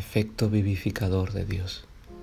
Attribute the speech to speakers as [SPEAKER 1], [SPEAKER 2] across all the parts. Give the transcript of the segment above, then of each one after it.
[SPEAKER 1] efecto vivificador de Dios.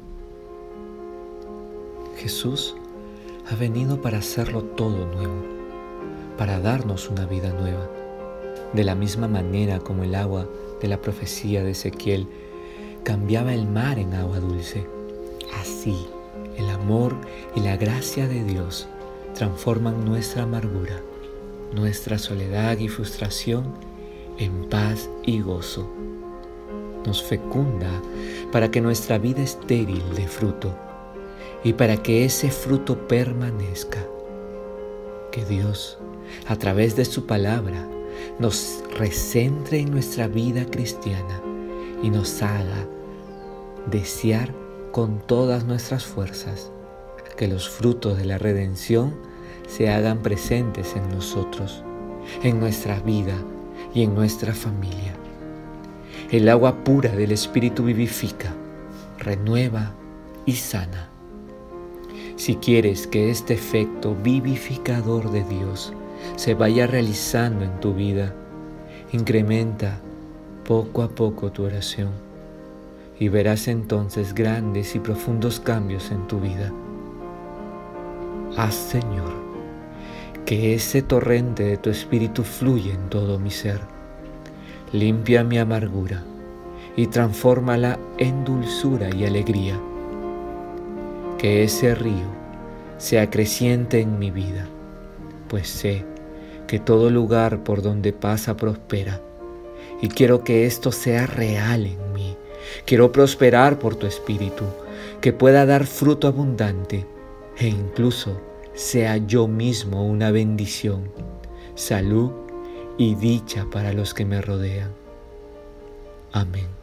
[SPEAKER 1] Jesús ha venido para hacerlo todo nuevo, para darnos una vida nueva, de la misma manera como el agua de la profecía de Ezequiel cambiaba el mar en agua dulce. Así, el amor y la gracia de Dios transforman nuestra amargura, nuestra soledad y frustración en paz y gozo. Nos fecunda para que nuestra vida estéril dé fruto y para que ese fruto permanezca. Que Dios, a través de su palabra, nos recentre en nuestra vida cristiana y nos haga desear con todas nuestras fuerzas que los frutos de la redención se hagan presentes en nosotros, en nuestra vida y en nuestra familia. El agua pura del Espíritu vivifica, renueva y sana. Si quieres que este efecto vivificador de Dios se vaya realizando en tu vida, incrementa poco a poco tu oración y verás entonces grandes y profundos cambios en tu vida. Haz, Señor, que ese torrente de tu Espíritu fluya en todo mi ser. Limpia mi amargura y transfórmala en dulzura y alegría. Que ese río sea creciente en mi vida, pues sé que todo lugar por donde pasa prospera, y quiero que esto sea real en mí. Quiero prosperar por tu Espíritu, que pueda dar fruto abundante e incluso sea yo mismo una bendición, salud y dicha para los que me rodean. Amén.